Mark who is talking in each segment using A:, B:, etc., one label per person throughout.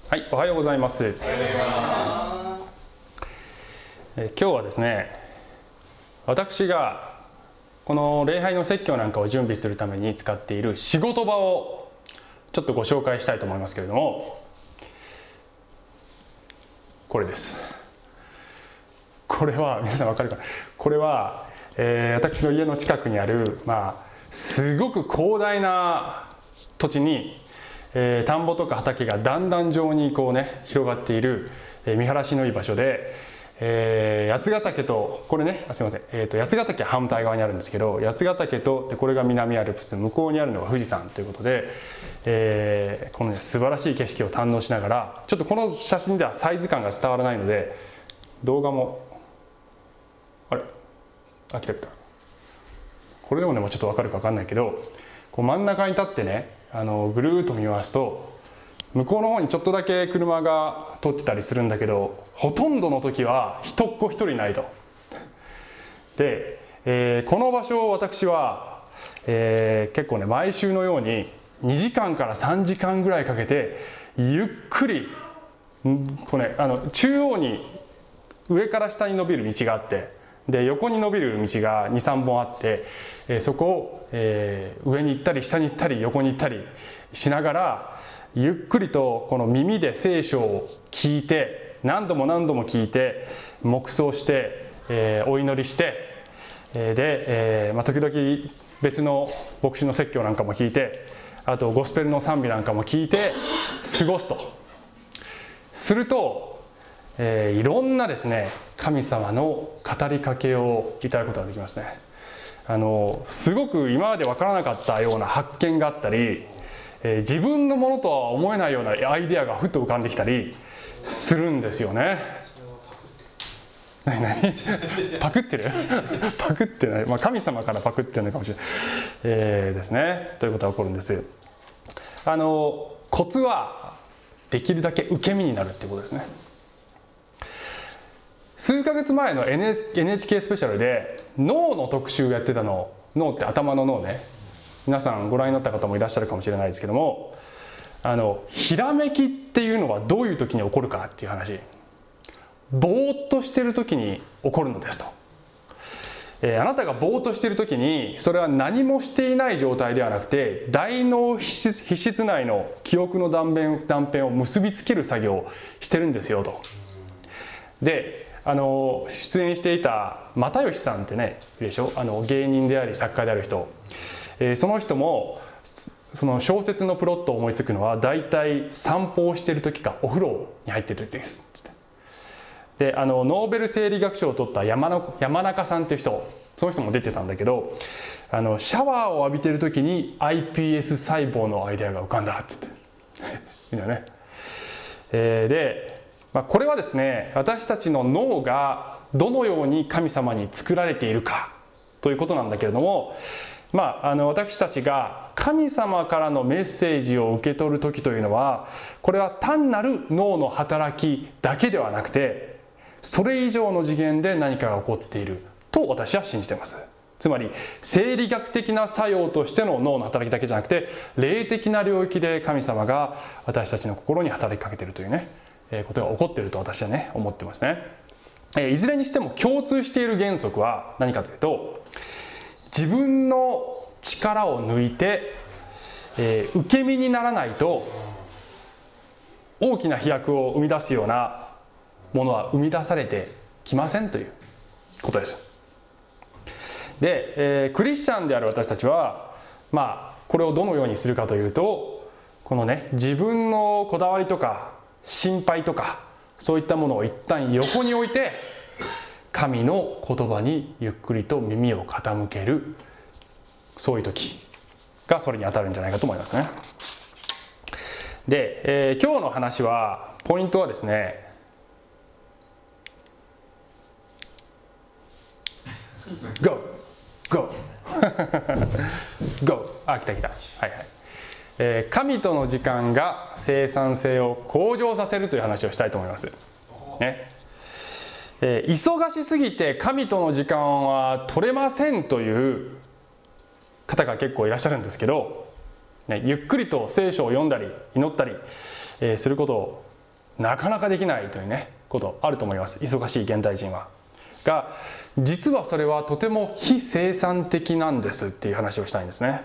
A: はい、おはようございます。今日はですね、私がこの礼拝の説教なんかを準備するために使っている仕事場をちょっとご紹介したいと思いますけれども、これです。これは皆さん分かるかな。これは、私の家の近くにある、すごく広大な土地に田んぼとか畑が段々状にこうね広がっている、見晴らしのいい場所で、八ヶ岳とこれねすいません、八ヶ岳は反対側にあるんですけど、八ヶ岳とでこれが南アルプス、向こうにあるのが富士山ということで、このね素晴らしい景色を堪能しながら、ちょっとこの写真ではサイズ感が伝わらないので動画も来た。これでもねもうちょっと分かるか分かんないけど、こう真ん中に立ってねぐるーっと見ますと、向こうの方にちょっとだけ車が通ってたりするんだけど、ほとんどの時は人っ子一人いないと。で、この場所を私は、結構ね毎週のように2時間から3時間ぐらいかけてゆっくりこれ、中央に上から下に伸びる道があって、で横に伸びる道が 2,3 本あって、そこを、上に行ったり下に行ったり横に行ったりしながら、ゆっくりとこの耳で聖書を聞いて、何度も何度も聞いて黙想して、お祈りして、で、時々別の牧師の説教なんかも聞いて、あとゴスペルの賛美なんかも聞いて過ごすとすると、いろんなですね神様の語りかけをいただくことができますね。すごく今まで分からなかったような発見があったり、自分のものとは思えないようなアイデアがふっと浮かんできたりするんですよね。何パクってるパクってない、神様からパクってるのかもしれない、ですね、ということが起こるんです。コツはできるだけ受け身になるっていうことですね。数ヶ月前の NHK スペシャルで脳の特集をやってたの。脳って頭の脳ね、皆さんご覧になった方もいらっしゃるかもしれないですけども、ひらめきっていうのはどういう時に起こるかっていう話。ぼーっとしてる時に起こるのですと。あなたがぼーっとしている時に、それは何もしていない状態ではなくて、大脳皮質内の記憶の断片を結びつける作業をしてるんですよと。で出演していた又吉さんってねいるでしょ、芸人であり作家である人、その人もその小説のプロットを思いつくのはだいたい散歩をしている時かお風呂に入っている時です。でノーベル生理学賞を取った山中さんっていう人、その人も出てたんだけど、シャワーを浴びている時に iPS 細胞のアイデアが浮かんだって言ってみんなね、でこれはですね、私たちの脳がどのように神様に作られているかということなんだけれども、私たちが神様からのメッセージを受け取る時というのは、これは単なる脳の働きだけではなくて、それ以上の次元で何かが起こっていると私は信じています。つまり生理学的な作用としての脳の働きだけじゃなくて、霊的な領域で神様が私たちの心に働きかけているというね、ことが起こっていると私はね思ってますね。いずれにしても共通している原則は何かというと、自分の力を抜いて、受け身にならないと大きな飛躍を生み出すようなものは生み出されてきませんということです。で、クリスチャンである私たちはこれをどのようにするかというと、このね自分のこだわりとか心配とかそういったものを一旦横に置いて、神の言葉にゆっくりと耳を傾ける、そういう時がそれに当たるんじゃないかと思いますね。で、今日の話はポイントはですね、GO! 来た、はいはい。神との時間が生産性を向上させるという話をしたいと思います、ね。忙しすぎて神との時間は取れませんという方が結構いらっしゃるんですけど、ゆっくりと聖書を読んだり祈ったり、することなかなかできないというねことあると思います。忙しい現代人は。が実はそれはとても非生産的なんですっていう話をしたいんですね。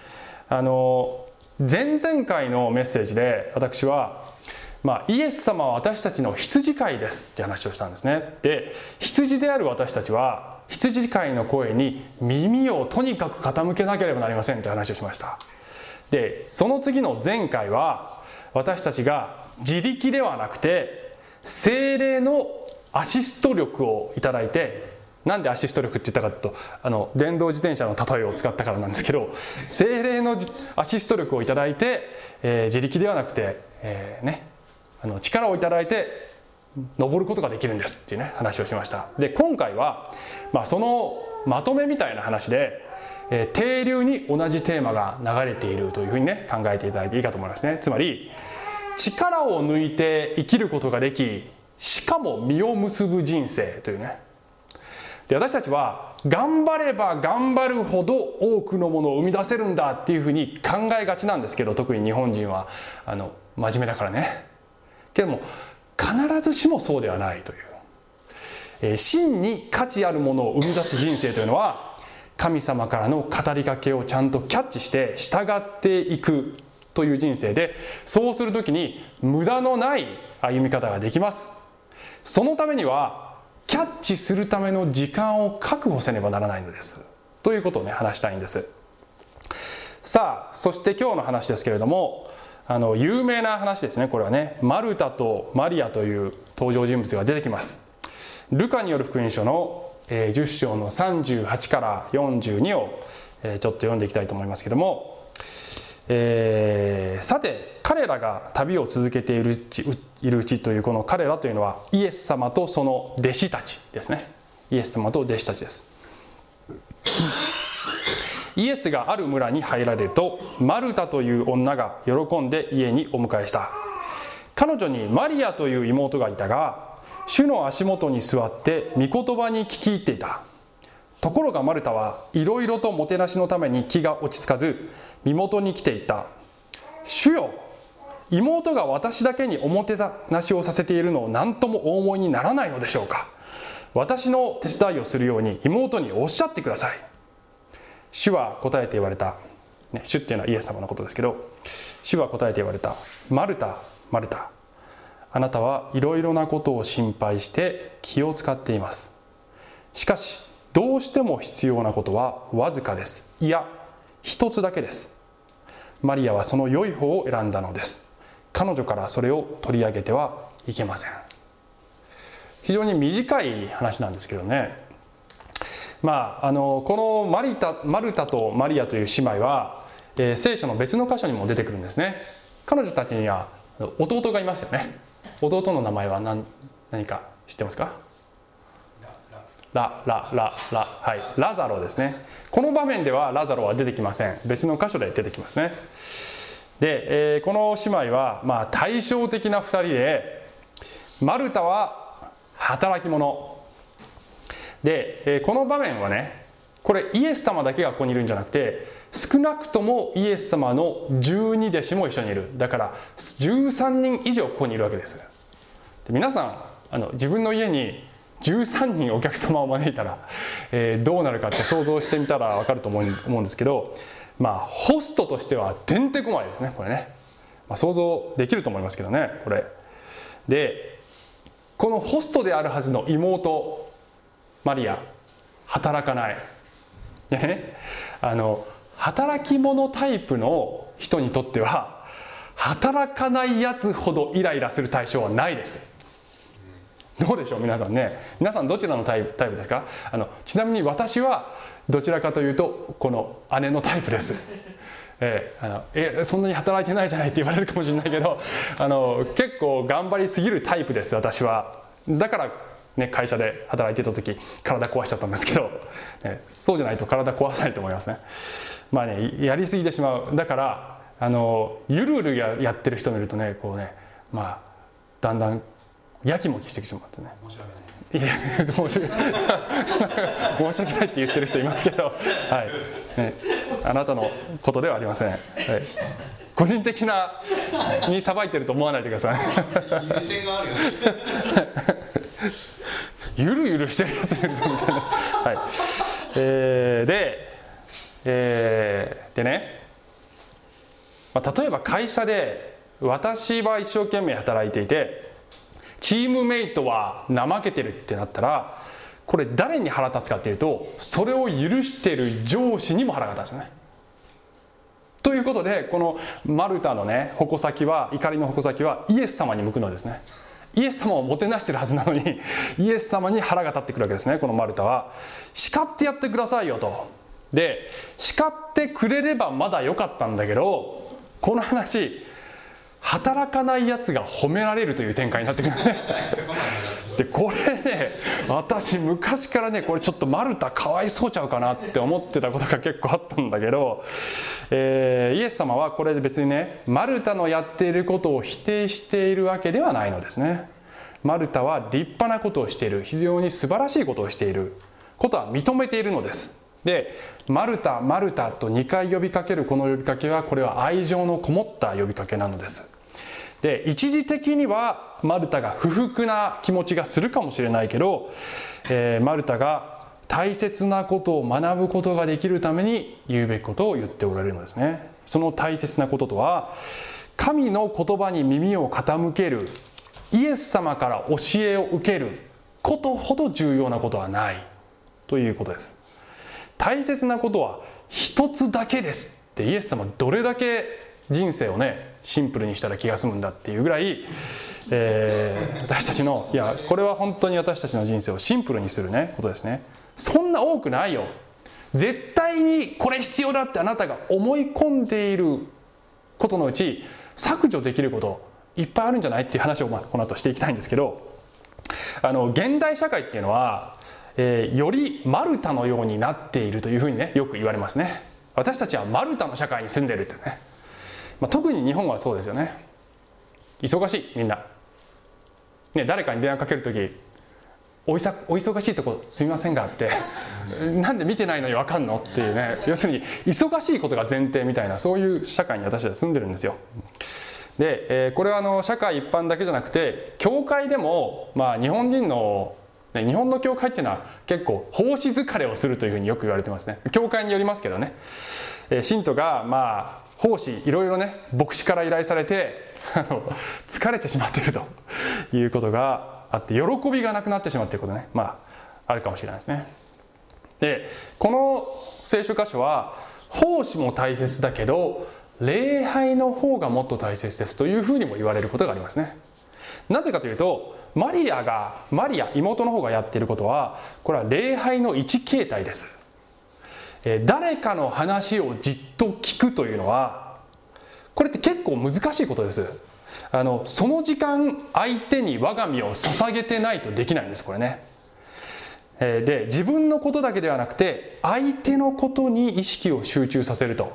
A: 前々回のメッセージで私は、イエス様は私たちの羊飼いですって話をしたんですね。で、羊である私たちは羊飼いの声に耳をとにかく傾けなければなりませんという話をしました。で、その次の前回は私たちが自力ではなくて聖霊のアシスト力をいただいて、なんでアシスト力って言ったかというと電動自転車の例えを使ったからなんですけど、聖霊のアシスト力をいただいて、自力ではなくて、力をいただいて登ることができるんですっていうね話をしました。で、今回は、そのまとめみたいな話で、定流に同じテーマが流れているというふうにね考えていただいていいかと思いますね。つまり力を抜いて生きることができ、しかも実を結ぶ人生というね。で、私たちは頑張れば頑張るほど多くのものを生み出せるんだっていうふうに考えがちなんですけど、特に日本人は真面目だからね。けども必ずしもそうではないという、真に価値あるものを生み出す人生というのは、神様からの語りかけをちゃんとキャッチして従っていくという人生で、そうするときに無駄のない歩み方ができます。そのためにはキャッチするための時間を確保せねばならないのですということをね話したいんです。さあ、そして今日の話ですけれども、有名な話ですね。これはね、マルタとマリアという登場人物が出てきます。ルカによる福音書の10章の38から42をちょっと読んでいきたいと思いますけども、さて彼らが旅を続けているうちという、この彼らというのはイエス様とその弟子たちですね。イエス様と弟子たちです。イエスがある村に入られると、マルタという女が喜んで家にお迎えした。彼女にマリアという妹がいたが、主の足元に座って御言葉に聞き入っていた。ところがマルタはいろいろともてなしのために気が落ち着かず、身元に来ていった。主よ、妹が私だけにおもてなしをさせているのを何ともお思いにならないのでしょうか。私の手伝いをするように妹におっしゃってください。主は答えて言われた。主っていうのはイエス様のことですけど、主は答えて言われた。マルタ、マルタ。あなたはいろいろなことを心配して気を使っています。しかし、どうしても必要なことはわずかです。いや、一つだけです。マリアはその良い方を選んだのです。彼女からそれを取り上げてはいけません。非常に短い話なんですけどね。このマルタとマリアという姉妹は、聖書の別の箇所にも出てくるんですね。彼女たちには弟がいますよね。弟の名前は何か知ってますか？ラザロですね。この場面ではラザロは出てきません。別の箇所で出てきますね。で、この姉妹は対照的な2人で、マルタは働き者で、この場面はね、これイエス様だけがここにいるんじゃなくて、少なくともイエス様の12弟子も一緒にいる。だから13人以上ここにいるわけです。で、皆さん自分の家に13人お客様を招いたら、どうなるかって想像してみたら分かると思うんですけど、ホストとしてはてんてこまいですね、これね。想像できると思いますけどね、これ。で、このホストであるはずの妹マリア、働かない。でね、働き者タイプの人にとっては、働かないやつほどイライラする対象はないです。どうでしょう皆さんね。皆さんどちらのタイプですか？ちなみに私はどちらかというとこの姉のタイプです。そんなに働いてないじゃないって言われるかもしれないけど、結構頑張りすぎるタイプです私は。だからね、会社で働いてた時体壊しちゃったんですけど、そうじゃないと体壊さないと思いますね。やりすぎてしまう。だからゆるゆるやってる人を見るとね、こうね、だんだんやきもきしてきてしまってね。申し訳ないって言ってる人いますけど、はいね、あなたのことではありません。はい個人的なにさばいてると思わないでください。
B: 目線があるよね。
A: ゆるゆるしてるやついるぞみたいな。はい。でね、例えば会社で私は一生懸命働いていてチームメイトは怠けてるってなったら、これ誰に腹立つかっていうと、それを許している上司にも腹が立つね。ということで、このマルタのね矛先は、怒りの矛先はイエス様に向くのですね。イエス様をもてなしてるはずなのにイエス様に腹が立ってくるわけですね。このマルタは叱ってやってくださいよと。で叱ってくれればまだ良かったんだけど、この話働かないやつが褒められるという展開になってくるね。でこれね、私昔からね、これちょっとマルタかわいそうちゃうかなって思ってたことが結構あったんだけど、イエス様はこれで別にねマルタのやっていることを否定しているわけではないのですね。マルタは立派なことをしている、非常に素晴らしいことをしていることは認めているのです。でマルタマルタと2回呼びかけるこの呼びかけは、これは愛情のこもった呼びかけなのです。で一時的にはマルタが不服な気持ちがするかもしれないけど、マルタが大切なことを学ぶことができるために言うべきことを言っておられるのですね。その大切なこととは、神の言葉に耳を傾ける、イエス様から教えを受けることほど重要なことはないということです。大切なことは一つだけですってイエス様どれだけ人生をねシンプルにしたら気が済むんだっていうぐらい、私たちの、いやこれは本当に私たちの人生をシンプルにするねことですね。そんな多くないよ。絶対にこれ必要だってあなたが思い込んでいることのうち削除できることいっぱいあるんじゃないっていう話をこの後していきたいんですけど、現代社会っていうのは、よりマルタのようになっているというふうにねよく言われますね。私たちはマルタの社会に住んでるってね、特に日本はそうですよね。忙しいみんな、ね、誰かに電話かけるときお忙しいとこすみませんがってなんで見てないのに分かんのっていうね、要するに忙しいことが前提みたいな、そういう社会に私たちは住んでるんですよ。で、これは社会一般だけじゃなくて教会でも、日本の教会っていうのは結構奉仕疲れをするというふうによく言われてますね。教会によりますけどね、信徒が奉仕いろいろね牧師から依頼されて疲れてしまっているということがあって、喜びがなくなってしまっていることね、あるかもしれないですね。でこの聖書箇所は奉仕も大切だけど礼拝の方がもっと大切ですというふうにも言われることがありますね。なぜかというと、マリア妹の方がやっていることは、これは礼拝の一形態です。誰かの話をじっと聞くというのは、これって結構難しいことです。その時間相手に我が身を捧げてないとできないんです、これね。で自分のことだけではなくて相手のことに意識を集中させると、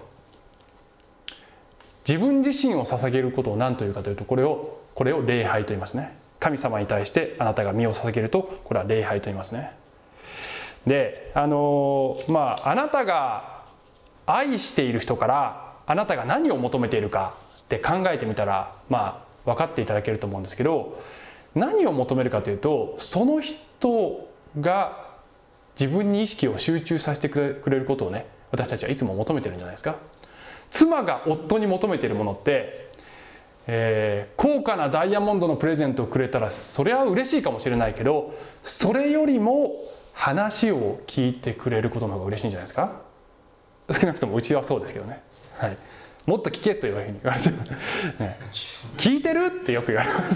A: 自分自身を捧げることを何というかというと、これを礼拝と言いますね。神様に対してあなたが身を捧げると、これは礼拝と言いますね。であなたが愛している人からあなたが何を求めているかって考えてみたら分かっていただけると思うんですけど、何を求めるかというと、その人が自分に意識を集中させてくれることをね、私たちはいつも求めてるんじゃないですか。妻が夫に求めているものって、高価なダイヤモンドのプレゼントをくれたらそれは嬉しいかもしれないけど、それよりも話を聞いてくれることの方が嬉しいんじゃないですか。少なくともうちはそうですけどね、はい、もっと聞けというふうに言われて、ね、聞いてるってよく言われます、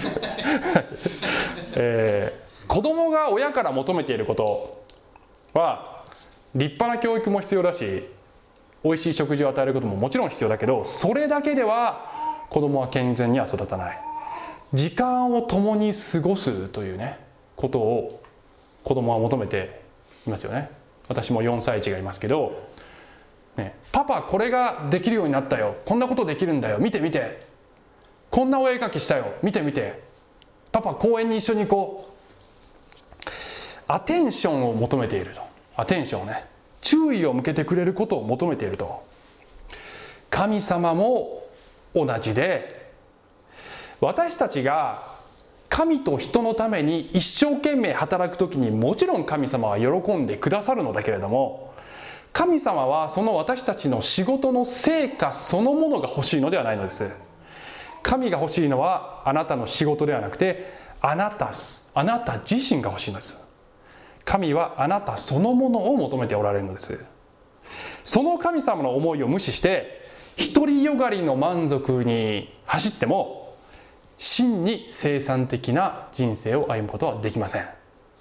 A: 子供が親から求めていることは立派な教育も必要だし、美味しい食事を与えることももちろん必要だけど、それだけでは子供は健全には育たない。時間を共に過ごすというねことを子供は求めていますよね。私も4歳児がいますけど、パパこれができるようになったよ、こんなことできるんだよ、見て見て、こんなお絵描きしたよ、見て見て、パパ公園に一緒に行こう。アテンションを求めていると。アテンションをね、注意を向けてくれることを求めていると。神様も同じで、私たちが神と人のために一生懸命働くときにもちろん神様は喜んでくださるのだけれども、神様はその私たちの仕事の成果そのものが欲しいのではないのです。神が欲しいのはあなたの仕事ではなくて、あなた自身が欲しいのです。神はあなたそのものを求めておられるのです。その神様の思いを無視して独りよがりの満足に走っても真に生産的な人生を歩むことはできません。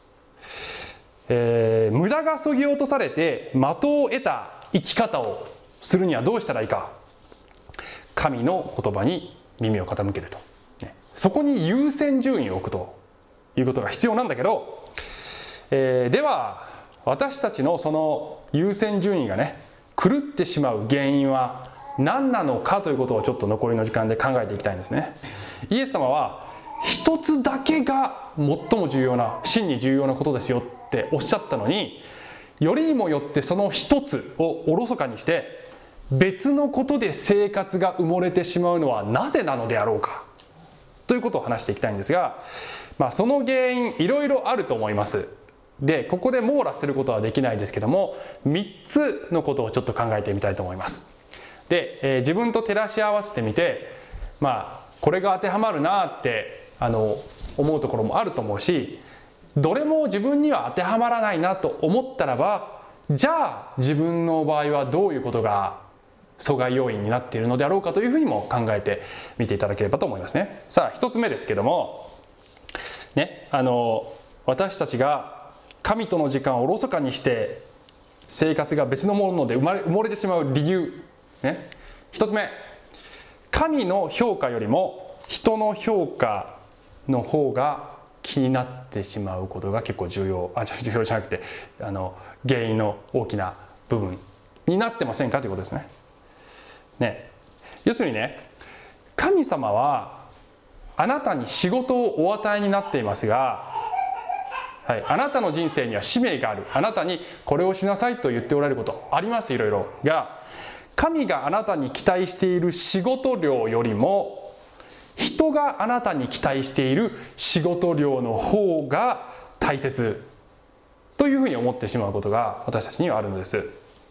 A: 無駄が削ぎ落とされて的を得た生き方をするにはどうしたらいいか。神の言葉に耳を傾けると、そこに優先順位を置くということが必要なんだけど、では私たちのその優先順位がね狂ってしまう原因は何なのかということをちょっと残りの時間で考えていきたいんですね。イエス様は一つだけが最も重要な、真に重要なことですよっておっしゃったのに、よりにもよってその一つをおろそかにして別のことで生活が埋もれてしまうのはなぜなのであろうかということを話していきたいんですが、その原因いろいろあると思います。でここで網羅することはできないですけども、3つのことをちょっと考えてみたいと思います。で、自分と照らし合わせてみて、これが当てはまるなって思うところもあると思うし、どれも自分には当てはまらないなと思ったらば、じゃあ自分の場合はどういうことが阻害要因になっているのであろうかというふうにも考えてみていただければと思いますね。さあ1つ目ですけどもね、私たちが神との時間をおろそかにして生活が別のもので埋もれてしまう理由ね、1つ目、神の評価よりも人の評価の方が気になってしまうことが結構重要じゃなくて原因の大きな部分になってませんかということですね。要するにね、神様はあなたに仕事をお与えになっていますが、あなたの人生には使命がある、あなたにこれをしなさいと言っておられることあります、いろいろが、神があなたに期待している仕事量よりも人があなたに期待している仕事量の方が大切というふうに思ってしまうことが私たちにはあるのです。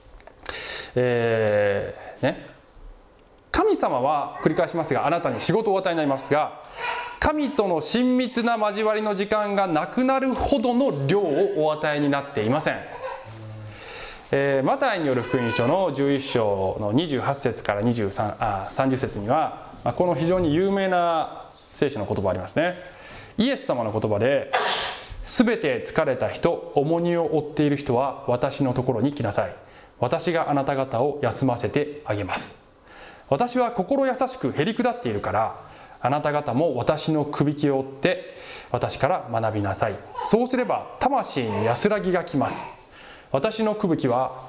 A: 神様は繰り返しますがあなたに仕事をお与えになりますが、神との親密な交わりの時間がなくなるほどの量をお与えになっていません。マタイによる福音書の11章の28節から30節にはこの非常に有名な聖書の言葉ありますね。イエス様の言葉で、すべて疲れた人、重荷を負っている人は私のところに来なさい。私があなた方を休ませてあげます。私は心優しくへり下っているから、あなた方も私のくびきを追って私から学びなさい。そうすれば魂に安らぎがきます。私のくびきは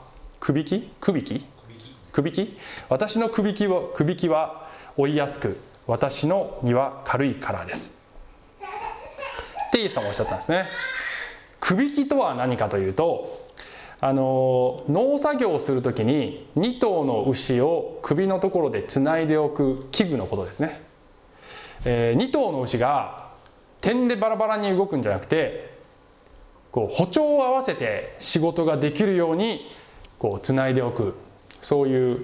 A: 私のくびきは追いやすく、私の荷は軽いからですってイエス様はおっしゃったんですね。くびきとは何かというと、農作業をするときに2頭の牛を首のところでつないでおく器具のことですね。2頭の牛が点でバラバラに動くんじゃなくて、歩調を合わせて仕事ができるようにつないでおく、そういう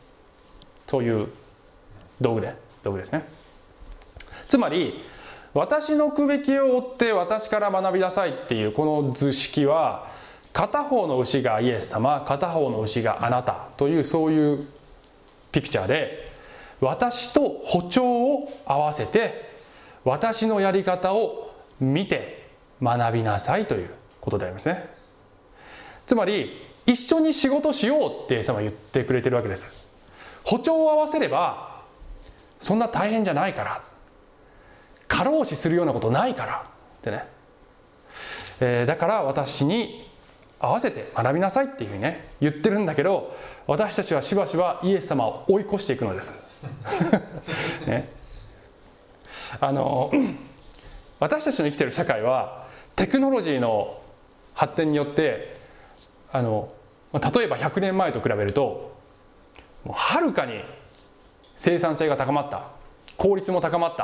A: 道具ですね。つまり私のくびきを追って私から学びなさいっていうこの図式は、片方の牛がイエス様、片方の牛があなたという、そういうピクチャーで、私と歩調を合わせて私のやり方を見て学びなさいということでありますね。つまり一緒に仕事しようってイエス様は言ってくれてるわけです。歩調を合わせればそんな大変じゃないから、過労死するようなことないからってね、だから私に合わせて学びなさいっていうふうにね言ってるんだけど、私たちはしばしばイエス様を追い越していくのですね、私たちの生きている社会はテクノロジーの発展によって例えば100年前と比べるともうはるかに生産性が高まった、効率も高まった。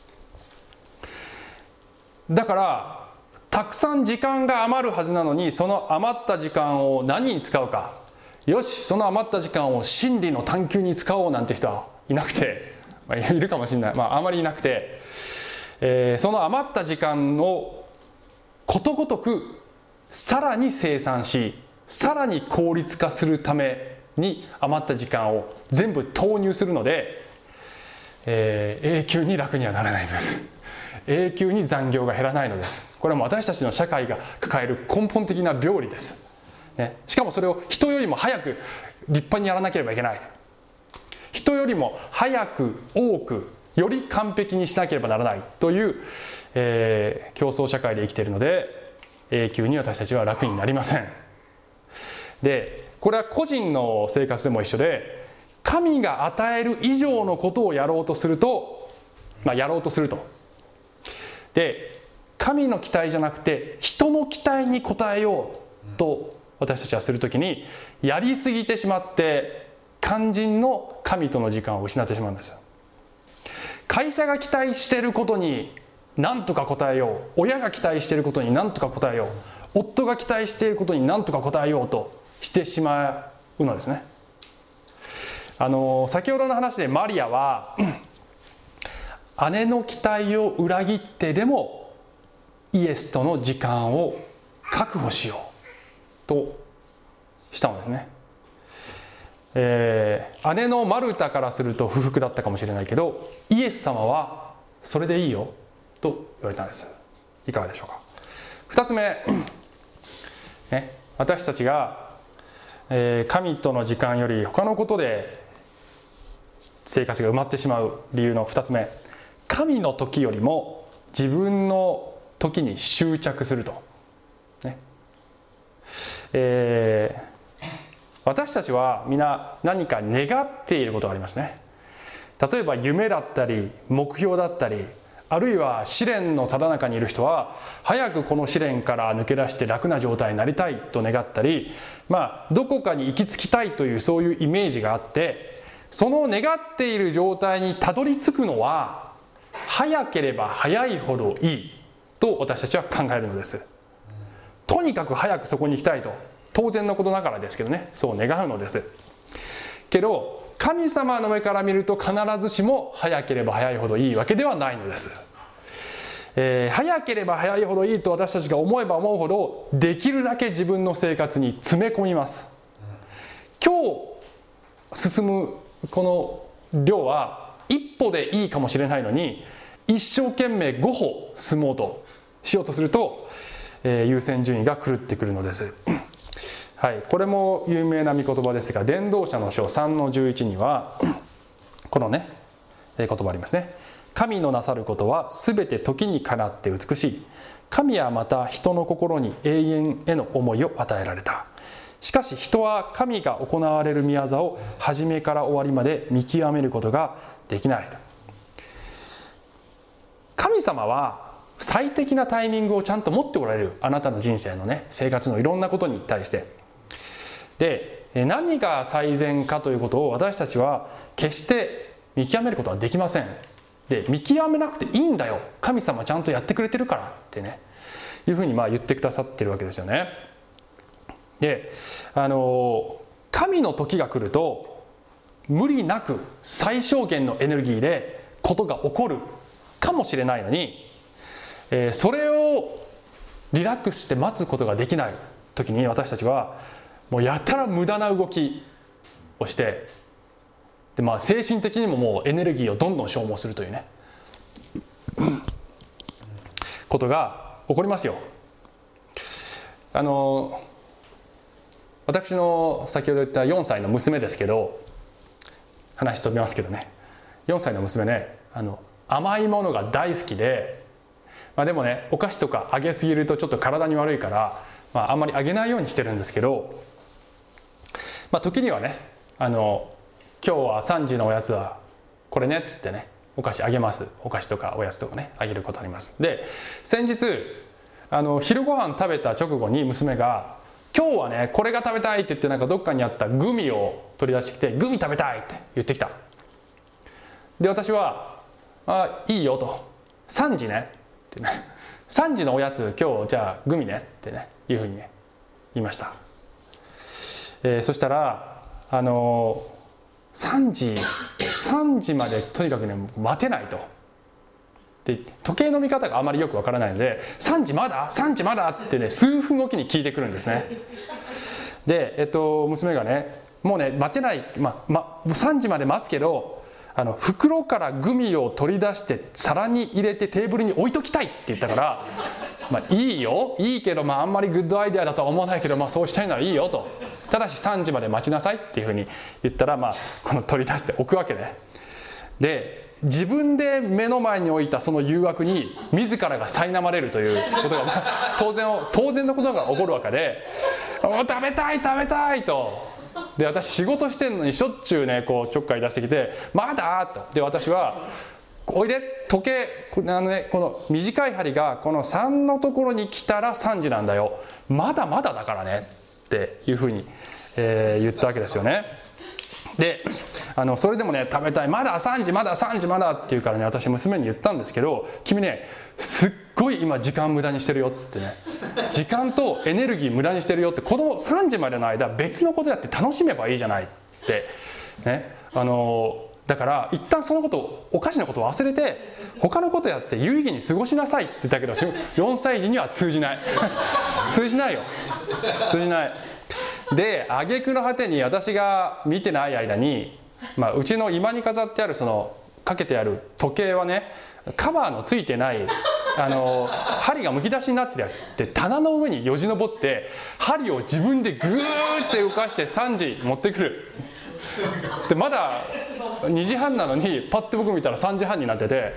A: だからたくさん時間が余るはずなのに、その余った時間を何に使うか、よしその余った時間を真理の探求に使おうなんて人はいなくて、いるかもしれない、あまりいなくて、その余った時間をことごとくさらに生産し、さらに効率化するために余った時間を全部投入するので、永久に楽にはならないんです。永久に残業が減らないのです。これはもう私たちの社会が抱える根本的な病理です、ね、しかもそれを人よりも早く立派にやらなければいけない。人よりも早く多くより完璧にしなければならないという、競争社会で生きているので、永久に私たちは楽になりません。でこれは個人の生活でも一緒で、神が与える以上のことをやろうとすると、で神の期待じゃなくて人の期待に応えようと私たちはするときに、やりすぎてしまって肝心の神との時間を失ってしまうんです。会社が期待していることに何とか応えよう、親が期待していることに何とか応えよう、夫が期待していることに何とか応えようとしてしまうのですね。先ほどの話でマリアは姉の期待を裏切ってでもイエスとの時間を確保しようとしたのですね。姉のマルタからすると不服だったかもしれないけど、イエス様はそれでいいよと言われたんです。いかがでしょうか。2つ目、ね、私たちが、神との時間より他のことで生活が埋まってしまう理由の2つ目、神の時よりも自分の時に執着すると、ね、私たちは皆何か願っていることがありますね。例えば夢だったり目標だったり、あるいは試練のただ中にいる人は早くこの試練から抜け出して楽な状態になりたいと願ったり、どこかに行き着きたいというそういうイメージがあって、その願っている状態にたどり着くのは早ければ早いほどいいと私たちは考えるのです。とにかく早くそこに行きたいと、当然のことながらですけどね、そう願うのです。けど神様の目から見ると必ずしも早ければ早いほどいいわけではないのです。早ければ早いほどいいと私たちが思えば思うほど、できるだけ自分の生活に詰め込みます。今日進むこの量は一歩でいいかもしれないのに、一生懸命5歩進もうとしようとすると、優先順位が狂ってくるのです。はい、これも有名な御言葉ですが、伝道者の書 3-11 にはこのね、言葉ありますね。神のなさることはすべて時にかなって美しい。神はまた人の心に永遠への思いを与えられた。しかし人は神が行われる御業を初めから終わりまで見極めることができない。神様は最適なタイミングをちゃんと持っておられる。あなたの人生のね、生活のいろんなことに対して。で、何が最善かということを私たちは決して見極めることはできません。で、見極めなくていいんだよ、神様ちゃんとやってくれてるからってね、いうふうに言ってくださってるわけですよね。で、神の時が来ると無理なく最小限のエネルギーでことが起こるかもしれないのに、それをリラックスして待つことができない時に、私たちはもうやたら無駄な動きをして、で、精神的にももうエネルギーをどんどん消耗するというねことが起こりますよ。私の先ほど言った4歳の娘ですけど、話飛びますけどね、4歳の娘ね、甘いものが大好きで、でもね、お菓子とかあげすぎるとちょっと体に悪いから、あんまりあげないようにしてるんですけど、時にはね、今日は3時のおやつはこれねっつってね、お菓子あげます。お菓子とかおやつとかね、あげることあります。で、先日昼ご飯食べた直後に娘が、今日はねこれが食べたいって言って、どっかにあったグミを取り出してきて、グミ食べたいって言ってきた。 で私は「あ、いいよ」と「3時ね」ってね「3時のおやつ今日じゃあグミね」ってねいうふうにね言いました。そしたら3時までとにかくね待てないと。で時計の見方があまりよくわからないので「3時まだ3時まだ」ってね数分おきに聞いてくるんですね。で、娘がねもうね待てない、3時まで待つけど袋からグミを取り出して皿に入れてテーブルに置いときたいって言ったから「いいよいいけど、あんまりグッドアイデアだとは思わないけど、そうしたいならいいよ」と。ただし3時まで待ちなさいっていうふうに言ったら、この取り出して置くわけね。で自分で目の前に置いたその誘惑に自らが苛まれるということが当然のことが起こるわけで「食べたい食べたい」と。で私仕事してるのにしょっちゅうねこうちょっかい出してきて「まだ?」と。で私は「おいで時計この短い針がこの3のところに来たら3時なんだよ、まだまだだからね」っていうふうに、言ったわけですよね。でそれでもね食べたい、まだ3時まだ3時まだって言うからね、私娘に言ったんですけど「君ねすっごい今時間無駄にしてるよ」ってね「時間とエネルギー無駄にしてるよ」って、この3時までの間別のことやって楽しめばいいじゃないってね、だから一旦そのことおかしなことを忘れて他のことやって有意義に過ごしなさいって言ったけど4歳児には通じない通じないよ、通じない。で挙句の果てに私が見てない間に、うちの居間に飾ってあるそのかけてある時計はねカバーのついてない針がむき出しになってるやつって棚の上によじ登って針を自分でグーって動かして3時持ってくる。でまだ2時半なのにパッて僕見たら3時半になってて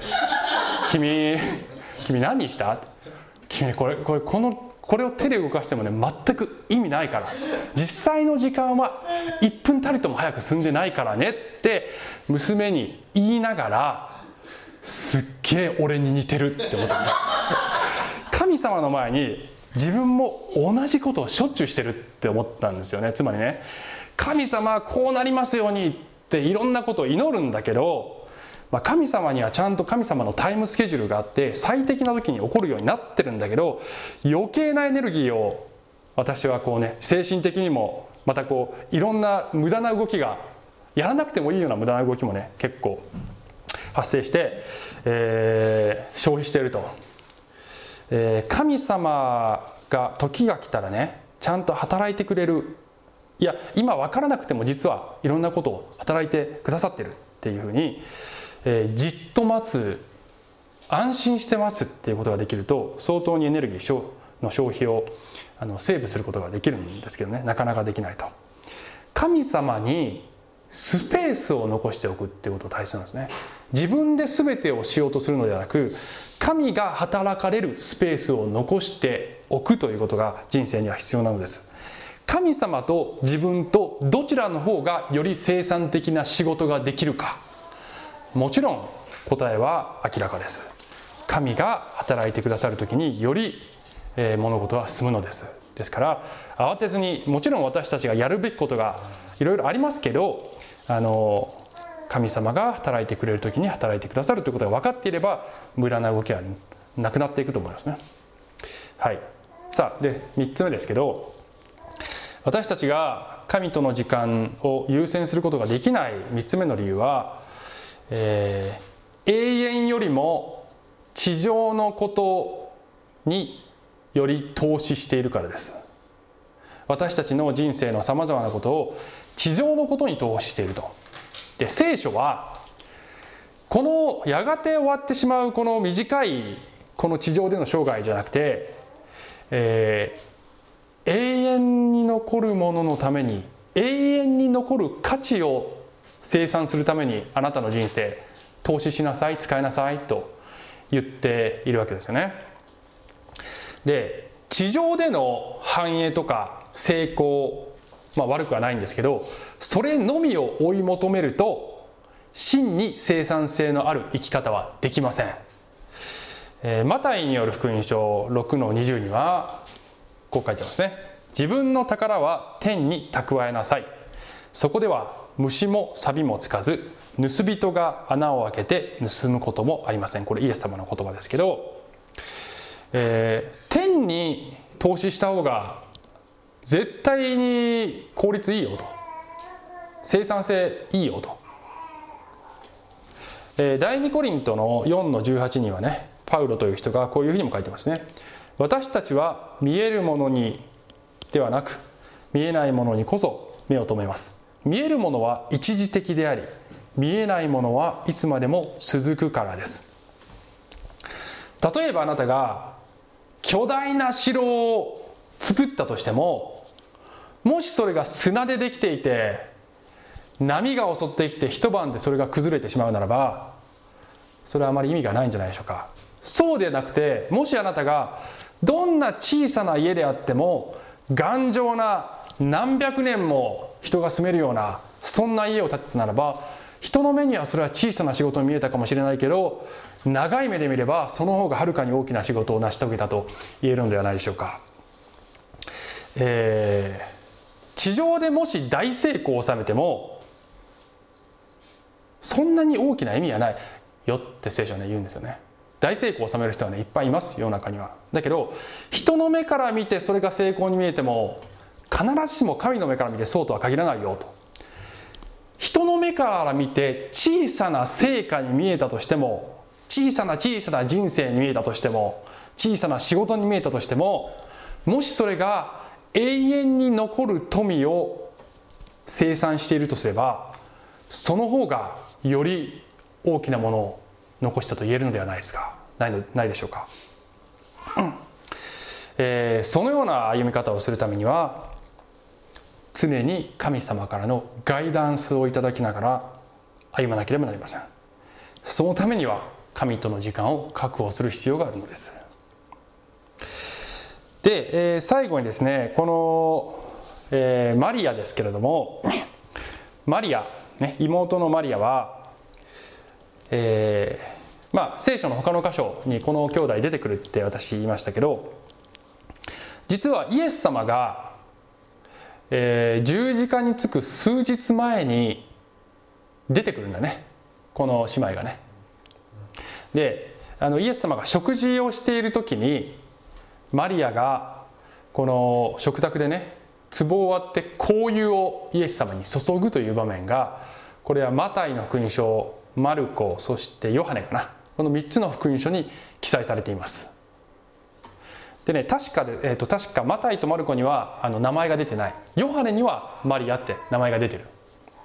A: 「君何した?」君これを手で動かしてもね全く意味ないから、実際の時間は1分たりとも早く進んでないからねって娘に言いながら、すっげえ俺に似てるって思ってね神様の前に自分も同じことをしょっちゅうしてるって思ったんですよね。つまりね、神様こうなりますようにっていろんなことを祈るんだけど、神様にはちゃんと神様のタイムスケジュールがあって最適な時に起こるようになってるんだけど、余計なエネルギーを私はこうね精神的にもまたこういろんな無駄な動きが、やらなくてもいいような無駄な動きもね結構発生して、消費していると。神様が時が来たらねちゃんと働いてくれる、いや今分からなくても実はいろんなことを働いてくださってるっていうふうに、じっと待つ、安心して待つっていうことができると相当にエネルギーの消費をセーブすることができるんですけどね、なかなかできないと。神様にスペースを残しておくっていうことが大切なんですね。自分で全てをしようとするのではなく、神が働かれるスペースを残しておくということが人生には必要なのです。神様と自分とどちらの方がより生産的な仕事ができるか、もちろん答えは明らかです。神が働いてくださるときにより物事は進むのです。ですから慌てずに、もちろん私たちがやるべきことがいろいろありますけど、神様が働いてくれるときに働いてくださるということが分かっていれば無駄な動きはなくなっていくと思いますね。はい。さあで3つ目ですけど、私たちが神との時間を優先することができない3つ目の理由は、永遠よりも地上のことにより投資しているからです。私たちの人生のさまざまなことを地上のことに投資していると。で聖書はこのやがて終わってしまうこの短いこの地上での生涯じゃなくて、永遠に残るもののために、永遠に残る価値を生産するためにあなたの人生投資しなさい、使いなさいと言っているわけですよね。で地上での繁栄とか成功、悪くはないんですけど、それのみを追い求めると真に生産性のある生き方はできません。マタイによる福音書 6-20 にはこう書いてますね。自分の宝は天に蓄えなさい。そこでは虫も錆もつかず、盗人が穴を開けて盗むこともありません。これイエス様の言葉ですけど、天に投資した方が絶対に効率いいよと、生産性いいよと。第2コリントの4の18にはね、パウロという人がこういうふうにも書いてますね。私たちは見えるものにではなく、見えないものにこそ目を留めます。見えるものは一時的であり、見えないものはいつまでも続くからです。例えばあなたが巨大な城を作ったとしても、もしそれが砂でできていて波が襲ってきて一晩でそれが崩れてしまうならば、それはあまり意味がないんじゃないでしょうか。そうでなくて、もしあなたがどんな小さな家であっても頑丈な何百年も人が住めるようなそんな家を建てたならば、人の目にはそれは小さな仕事に見えたかもしれないけど、長い目で見ればその方がはるかに大きな仕事を成し遂げたと言えるのではないでしょうか。地上でもし大成功を収めてもそんなに大きな意味はないよって聖書はね言うんですよね。大成功を収める人はねいっぱいいます、世の中には。だけど人の目から見てそれが成功に見えても、必ずしも神の目から見てそうとは限らないよと。人の目から見て小さな成果に見えたとしても、小さな人生に見えたとしても、小さな仕事に見えたとしても、もしそれが永遠に残る富を生産しているとすれば、その方がより大きなものを残したと言えるのではないですか。ないでしょうか。そのような歩み方をするためには、常に神様からのガイダンスをいただきながら歩まなければなりません。そのためには神との時間を確保する必要があるのです。で、最後にですね、この、マリアですけれども、マリア、ね、妹のマリアは、聖書の他の箇所にこの兄弟出てくるって私言いましたけど、実はイエス様が、十字架につく数日前に出てくるんだね、この姉妹がね。で、イエス様が食事をしている時に、マリアがこの食卓でね、壺を割って香油をイエス様に注ぐという場面が、これはマタイの福音書、マルコ、そしてヨハネかな、この3つの福音書に記載されています。でね、確かマタイとマルコには名前が出てない。ヨハネにはマリアって名前が出てる。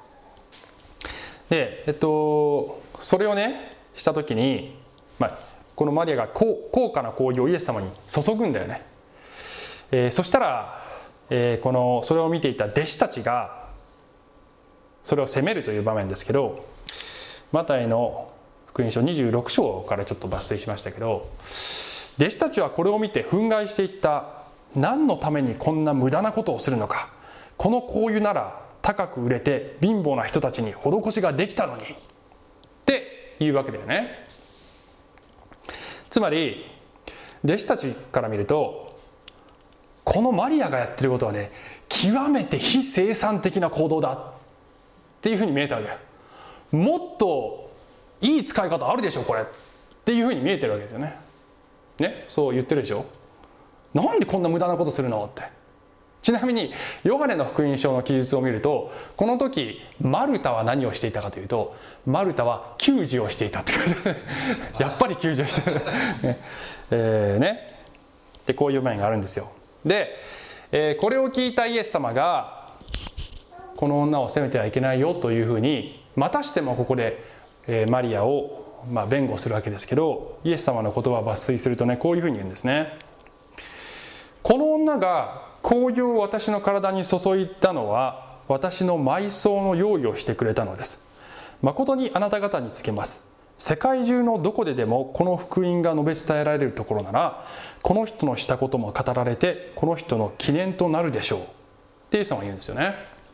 A: で、それをねした時に、このマリアが高価な香油をイエス様に注ぐんだよね。そしたら、それを見ていた弟子たちがそれを責めるという場面ですけど、マタイの福音書26章からちょっと抜粋しましたけど、弟子たちはこれを見て憤慨していった。何のためにこんな無駄なことをするのか。この香油なら高く売れて貧乏な人たちに施しができたのにっていうわけだよね。つまり弟子たちから見ると、このマリアがやってることはね、極めて非生産的な行動だっていうふうに見えたわけだ。もっといい使い方あるでしょこれっていうふうに見えてるわけですよね。ね、そう言ってるでしょ。なんでこんな無駄なことするのって。ちなみにヨハネの福音書の記述を見ると、この時マルタは何をしていたかというと、マルタは給仕をしていたって書いてあるやっぱり給仕をしてるね、でこういう面があるんですよ。で、これを聞いたイエス様が、この女を責めてはいけないよというふうにまたしてもここで、マリアを弁護するわけですけど、イエス様の言葉を抜粋するとね、こういうふうに言うんですね。この女が香油を私の体に注いだのは、私の埋葬の用意をしてくれたのです。誠にあなた方につけます。世界中のどこででもこの福音が述べ伝えられるところなら、この人のしたことも語られて、この人の記念となるでしょうってイエス様が言うんですよね。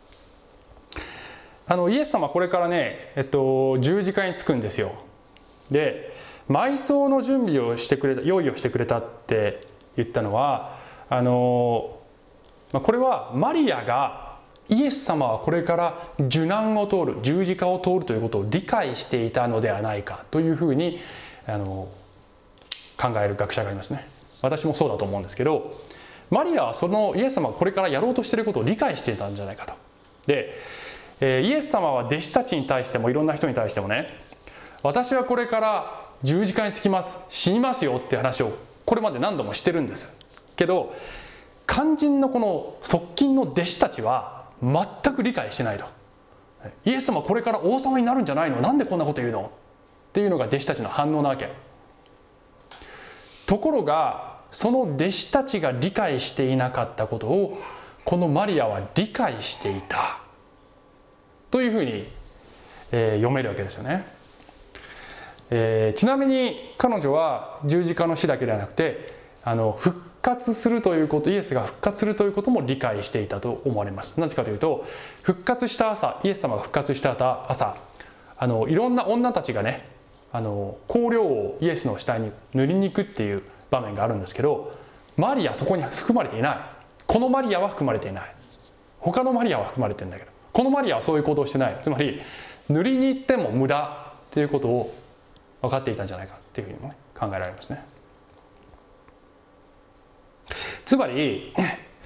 A: イエス様はこれからね、十字架につくんですよ。で、埋葬の準備をしてくれた、用意をしてくれたって言ったのは、これはマリアがイエス様はこれから受難を通る、十字架を通るということを理解していたのではないかというふうに考える学者がいますね。私もそうだと思うんですけど、マリアはそのイエス様がこれからやろうとしていることを理解していたんじゃないかと。で、イエス様は弟子たちに対してもいろんな人に対してもね、私はこれから十字架につきます、死にますよっていう話をこれまで何度もしてるんですけど、肝心のこの側近の弟子たちは全く理解してないと。イエス様これから王様になるんじゃないの、なんでこんなこと言うのっていうのが弟子たちの反応なわけ。ところがその弟子たちが理解していなかったことをこのマリアは理解していたというふうに、読めるわけですよね。ちなみに彼女は十字架の死だけではなくて復活するということ、イエスが復活するということも理解していたと思われます。なぜかというと、復活した朝、イエス様が復活した朝、いろんな女たちがね、香料をイエスの額に塗りに行くっていう場面があるんですけど、マリアそこに含まれていない。このマリアは含まれていない。他のマリアは含まれてるんだけど、このマリアはそういう行動をしてない。つまり塗りに行っても無駄っていうことを分かっていたんじゃないかっていうふうにも、ね、考えられますね。つまり、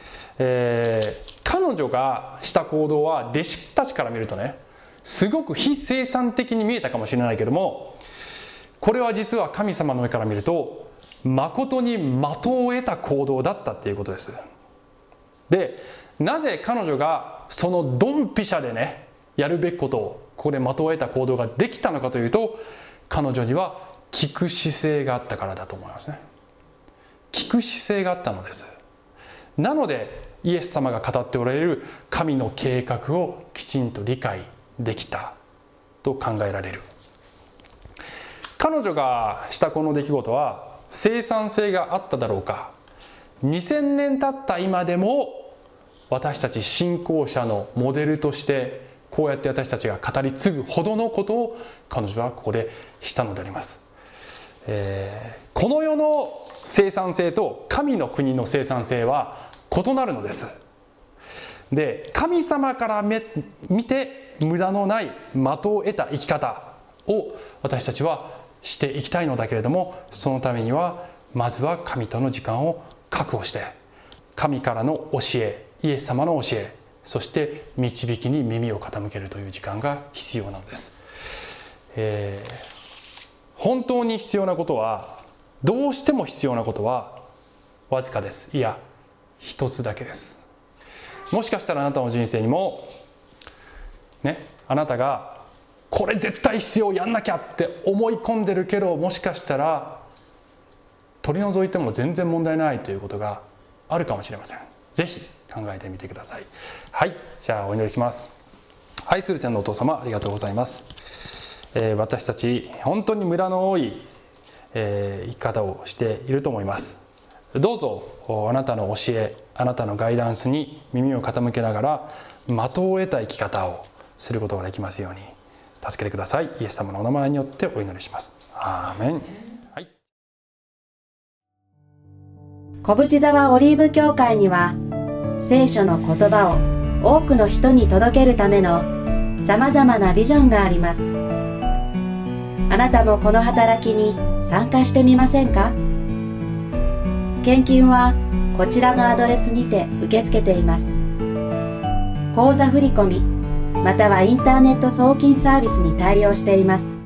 A: 彼女がした行動は弟子たちから見るとね、すごく非生産的に見えたかもしれないけども、これは実は神様の目から見ると誠に的を得た行動だったっていうことです。で、なぜ彼女がそのドンピシャでね、やるべきことをここで的を得た行動ができたのかというと、彼女には聞く姿勢があったからだと思いますね。聞く姿勢があったのです。なのでイエス様が語っておられる神の計画をきちんと理解できたと考えられる。彼女がしたこの出来事は生産性があっただろうか。2000年経った今でも私たち信仰者のモデルとしてこうやって私たちが語り継ぐほどのことを彼女はここでしたのであります。この世の生産性と神の国の生産性は異なるのです。で、神様から見て無駄のない的を得た生き方を私たちはしていきたいのだけれども、そのためにはまずは神との時間を確保して、神からの教え、イエス様の教え、そして導きに耳を傾けるという時間が必要なのです。本当に必要なことは、どうしても必要なことはわずかです。いや、一つだけです。もしかしたらあなたの人生にもね、あなたがこれ絶対必要、やんなきゃって思い込んでるけど、もしかしたら取り除いても全然問題ないということがあるかもしれません。ぜひ考えてみてください。はい、じゃあお祈りします。愛する天のお父様、ありがとうございます。私たち本当に無駄の多い、生き方をしていると思います。どうぞあなたの教え、あなたのガイダンスに耳を傾けながら的を得た生き方をすることができますように助けてください。イエス様のお名前によってお祈りします。アーメン。はい、
C: 小淵沢オリーブ教会には聖書の言葉を多くの人に届けるためのさまざまなビジョンがあります。あなたもこの働きに参加してみませんか？献金はこちらのアドレスにて受け付けています。口座振込またはインターネット送金サービスに対応しています。